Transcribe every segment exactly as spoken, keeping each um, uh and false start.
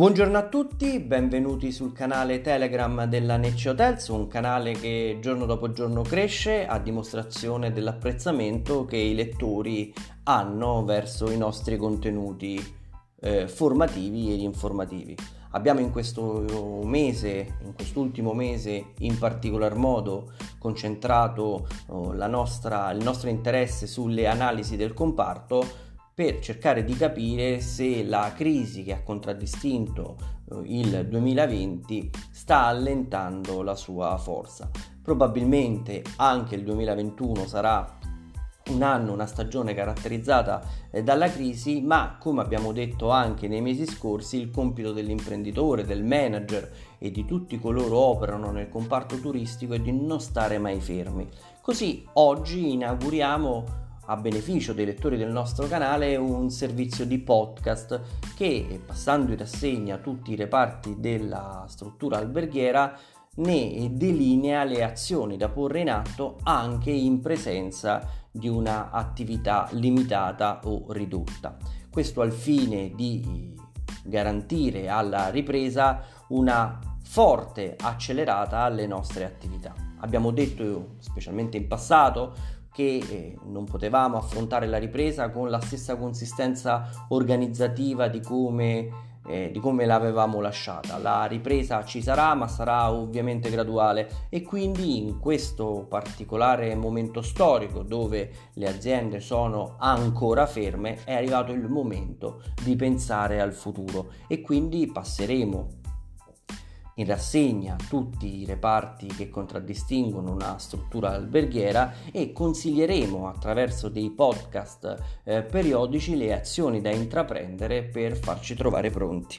Buongiorno a tutti, benvenuti sul canale Telegram della Necci Hotels, un canale che giorno dopo giorno cresce a dimostrazione dell'apprezzamento che i lettori hanno verso i nostri contenuti eh, formativi ed informativi. Abbiamo in questo mese, in quest'ultimo mese in particolar modo, concentrato oh, la nostra, il nostro interesse sulle analisi del comparto per cercare di capire se la crisi che ha contraddistinto eh, il duemilaventi sta allentando la sua forza. Probabilmente anche il duemilaventuno sarà un anno, una stagione caratterizzata eh, dalla crisi, ma come abbiamo detto anche nei mesi scorsi, il compito dell'imprenditore, del manager e di tutti coloro che operano nel comparto turistico è di non stare mai fermi. Così oggi inauguriamo, a beneficio dei lettori del nostro canale, un servizio di podcast che, passando in rassegna tutti i reparti della struttura alberghiera, ne delinea le azioni da porre in atto anche in presenza di una attività limitata o ridotta. Questo al fine di garantire alla ripresa una forte accelerata alle nostre attività. Abbiamo detto, specialmente in passato, che eh, non potevamo affrontare la ripresa con la stessa consistenza organizzativa di come, eh, di come l'avevamo lasciata. La ripresa ci sarà, ma sarà ovviamente graduale, e quindi in questo particolare momento storico dove le aziende sono ancora ferme è arrivato il momento di pensare al futuro, e quindi passeremo in rassegna tutti i reparti che contraddistinguono una struttura alberghiera e consiglieremo attraverso dei podcast eh, periodici le azioni da intraprendere per farci trovare pronti.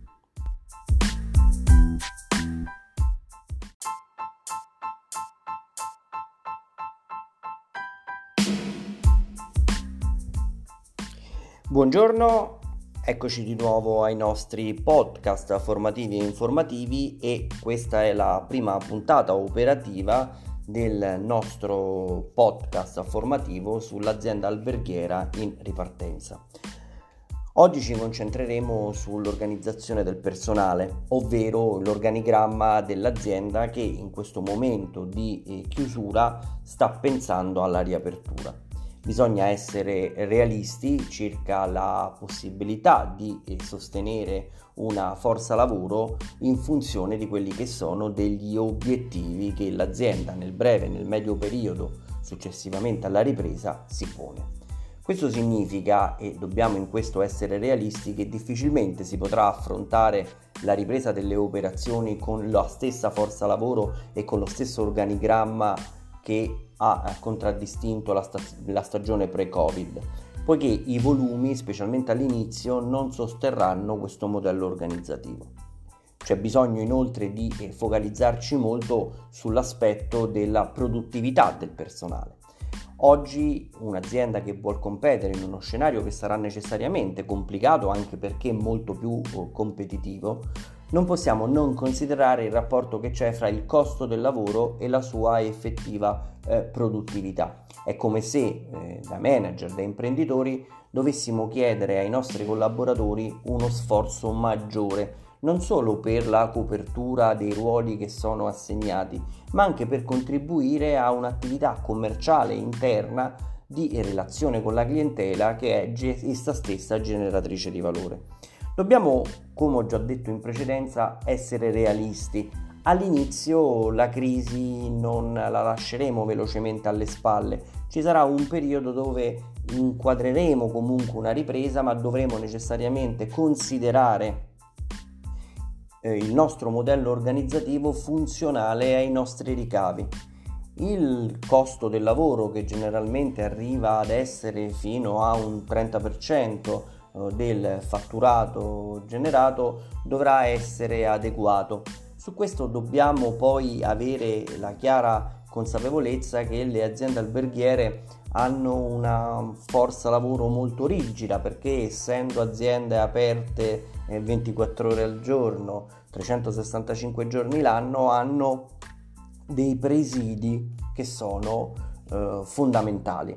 Buongiorno. Eccoci di nuovo ai nostri podcast formativi e informativi, e questa è la prima puntata operativa del nostro podcast formativo sull'azienda alberghiera in ripartenza. Oggi ci concentreremo sull'organizzazione del personale, ovvero l'organigramma dell'azienda che in questo momento di chiusura sta pensando alla riapertura. Bisogna essere realisti circa la possibilità di sostenere una forza lavoro in funzione di quelli che sono degli obiettivi che l'azienda nel breve e nel medio periodo successivamente alla ripresa si pone. Questo significa, e dobbiamo in questo essere realisti, che difficilmente si potrà affrontare la ripresa delle operazioni con la stessa forza lavoro e con lo stesso organigramma che ha contraddistinto la, sta- la stagione pre-Covid, poiché i volumi, specialmente all'inizio, non sosterranno questo modello organizzativo. C'è bisogno inoltre di focalizzarci molto sull'aspetto della produttività del personale. Oggi un'azienda che vuol competere in uno scenario che sarà necessariamente complicato, anche perché molto più competitivo, non possiamo non considerare il rapporto che c'è fra il costo del lavoro e la sua effettiva eh, produttività. È come se eh, da manager, da imprenditori, dovessimo chiedere ai nostri collaboratori uno sforzo maggiore, non solo per la copertura dei ruoli che sono assegnati, ma anche per contribuire a un'attività commerciale interna di relazione con la clientela che è essa stessa generatrice di valore. Dobbiamo, come ho già detto in precedenza, essere realisti. All'inizio la crisi non la lasceremo velocemente alle spalle. Ci sarà un periodo dove inquadreremo comunque una ripresa, ma dovremo necessariamente considerare eh, il nostro modello organizzativo funzionale ai nostri ricavi. Il costo del lavoro, che generalmente arriva ad essere fino a un trenta per cento del fatturato generato, dovrà essere adeguato. Su questo dobbiamo poi avere la chiara consapevolezza che le aziende alberghiere hanno una forza lavoro molto rigida, perché essendo aziende aperte ventiquattro ore al giorno, trecentosessantacinque giorni l'anno, hanno dei presidi che sono eh, fondamentali,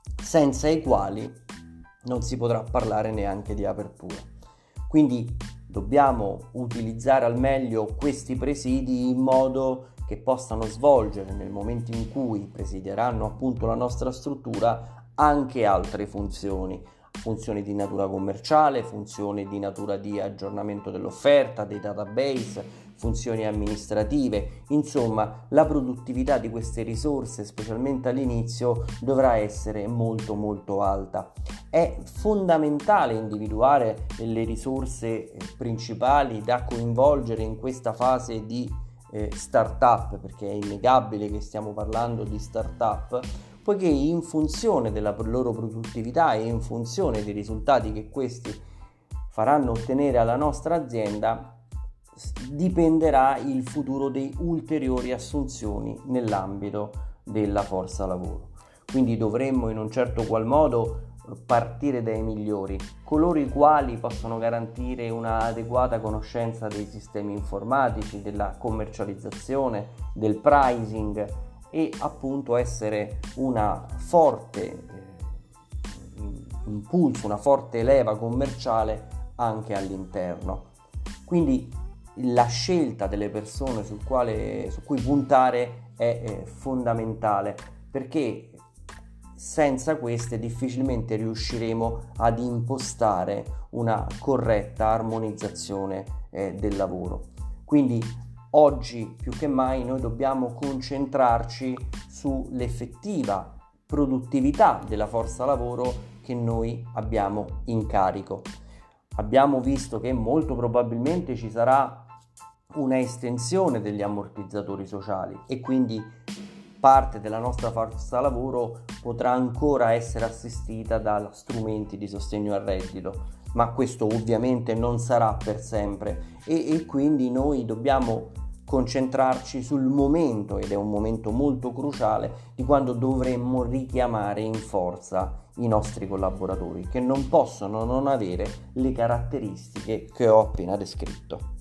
senza i quali non si potrà parlare neanche di apertura. Quindi Dobbiamo utilizzare al meglio questi presidi in modo che possano svolgere, nel momento in cui presideranno appunto la nostra struttura, anche altre funzioni, funzioni di natura commerciale, funzioni di natura di aggiornamento dell'offerta, dei database, funzioni amministrative. Insomma, la produttività di queste risorse, specialmente all'inizio, dovrà essere molto molto alta. È fondamentale individuare le risorse principali da coinvolgere in questa fase di eh, startup, perché è innegabile che stiamo parlando di startup, poiché in funzione della loro produttività e in funzione dei risultati che questi faranno ottenere alla nostra azienda dipenderà il futuro di ulteriori assunzioni nell'ambito della forza lavoro. Quindi dovremmo in un certo qual modo partire dai migliori, coloro i quali possono garantire una adeguata conoscenza dei sistemi informatici, della commercializzazione, del pricing e appunto essere una forte eh, impulso, una forte leva commerciale anche all'interno. Quindi la scelta delle persone sul quale, su cui puntare è eh, fondamentale, perché senza queste difficilmente riusciremo ad impostare una corretta armonizzazione eh, del lavoro. Quindi oggi più che mai noi dobbiamo concentrarci sull'effettiva produttività della forza lavoro che noi abbiamo in carico. Abbiamo visto che molto probabilmente ci sarà una estensione degli ammortizzatori sociali e quindi parte della nostra forza lavoro potrà ancora essere assistita da strumenti di sostegno al reddito, ma questo ovviamente non sarà per sempre e, e quindi noi dobbiamo concentrarci sul momento, ed è un momento molto cruciale, di quando dovremmo richiamare in forza i nostri collaboratori che non possono non avere le caratteristiche che ho appena descritto.